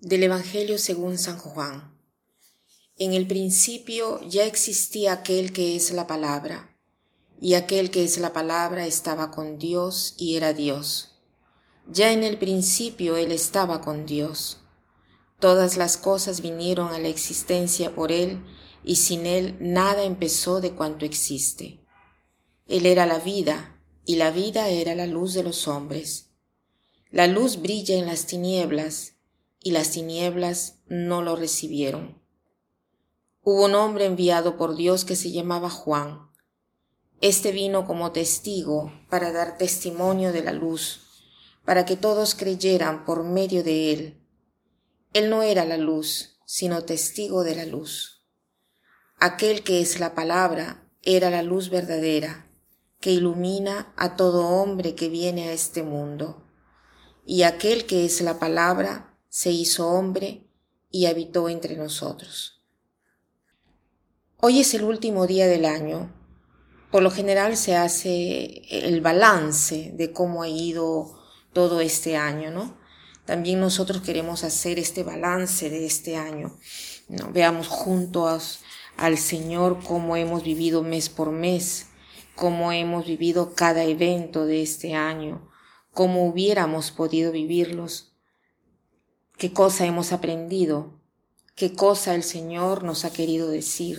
Del Evangelio según San Juan. En el principio ya existía aquel que es la palabra, y aquel que es la palabra estaba con Dios y era Dios. Ya en el principio Él estaba con Dios. Todas las cosas vinieron a la existencia por Él, y sin Él nada empezó de cuanto existe. Él era la vida, y la vida era la luz de los hombres. La luz brilla en las tinieblas, y las tinieblas no lo recibieron. Hubo un hombre enviado por Dios que se llamaba Juan. Este vino como testigo para dar testimonio de la luz, para que todos creyeran por medio de él. Él no era la luz, sino testigo de la luz. Aquel que es la palabra era la luz verdadera, que ilumina a todo hombre que viene a este mundo. Y aquel que es la palabra se hizo hombre y habitó entre nosotros. Hoy es el último día del año. Por lo general se hace el balance de cómo ha ido todo este año, ¿no? También nosotros queremos hacer este balance de este año, ¿no? Veamos juntos al Señor cómo hemos vivido mes por mes, cómo hemos vivido cada evento de este año, cómo hubiéramos podido vivirlos, qué cosa hemos aprendido, qué cosa el Señor nos ha querido decir.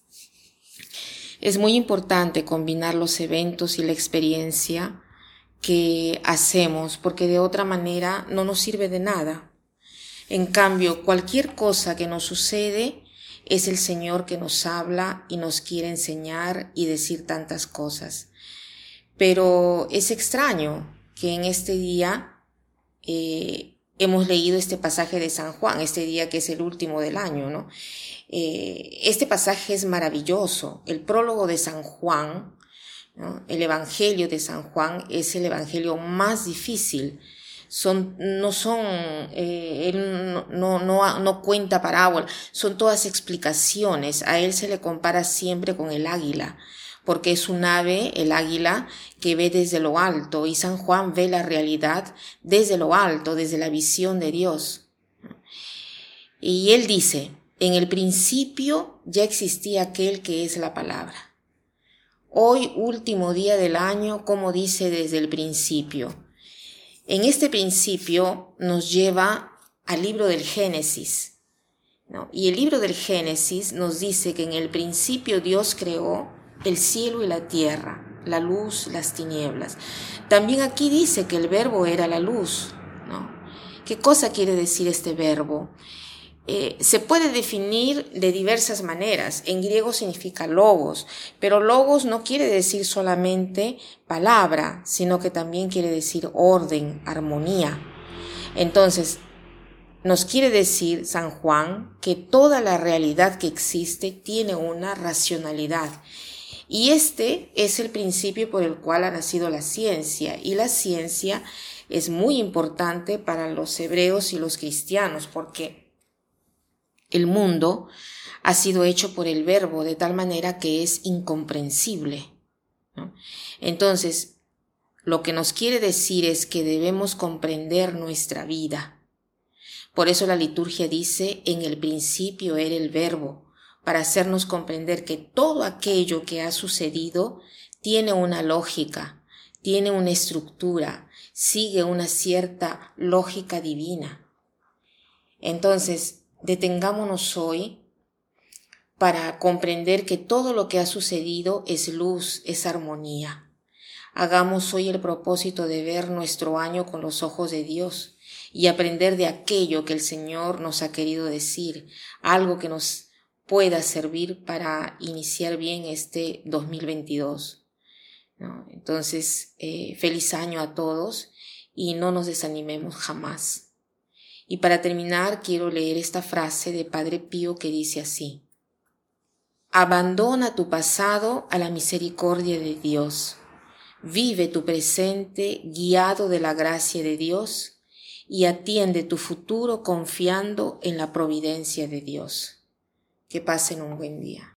Es muy importante combinar los eventos y la experiencia que hacemos, porque de otra manera no nos sirve de nada. En cambio, cualquier cosa que nos sucede es el Señor que nos habla y nos quiere enseñar y decir tantas cosas. Pero es extraño que en este día hemos leído este pasaje de San Juan, este día que es el último del año, ¿no? Este pasaje es maravilloso. El prólogo de San Juan, ¿no? El Evangelio de San Juan es el Evangelio más difícil. Él no cuenta parábolas, son todas explicaciones. A él se le compara siempre con el águila, porque es un ave, el águila, que ve desde lo alto, y San Juan ve la realidad desde lo alto, desde la visión de Dios. Y él dice: en el principio ya existía aquel que es la palabra. Hoy, último día del año, como dice desde el principio. En este principio nos lleva al libro del Génesis, ¿no? Y el libro del Génesis nos dice que en el principio Dios creó el cielo y la tierra, la luz, las tinieblas. También aquí dice que el verbo era la luz, ¿no? ¿Qué cosa quiere decir este verbo? Se puede definir de diversas maneras. En griego significa logos, pero logos no quiere decir solamente palabra, sino que también quiere decir orden, armonía. Entonces, nos quiere decir San Juan que toda la realidad que existe tiene una racionalidad. Y este es el principio por el cual ha nacido la ciencia, y la ciencia es muy importante para los hebreos y los cristianos, porque el mundo ha sido hecho por el verbo de tal manera que es incomprensible, ¿no? Entonces, lo que nos quiere decir es que debemos comprender nuestra vida. Por eso la liturgia dice: en el principio era el verbo, para hacernos comprender que todo aquello que ha sucedido tiene una lógica, tiene una estructura, sigue una cierta lógica divina. Entonces, detengámonos hoy para comprender que todo lo que ha sucedido es luz, es armonía. Hagamos hoy el propósito de ver nuestro año con los ojos de Dios y aprender de aquello que el Señor nos ha querido decir, algo que nos pueda servir para iniciar bien este 2022, ¿no? Entonces, feliz año a todos y no nos desanimemos jamás. Y para terminar, quiero leer esta frase de Padre Pío que dice así: abandona tu pasado a la misericordia de Dios, vive tu presente guiado de la gracia de Dios y atiende tu futuro confiando en la providencia de Dios. Que pasen un buen día.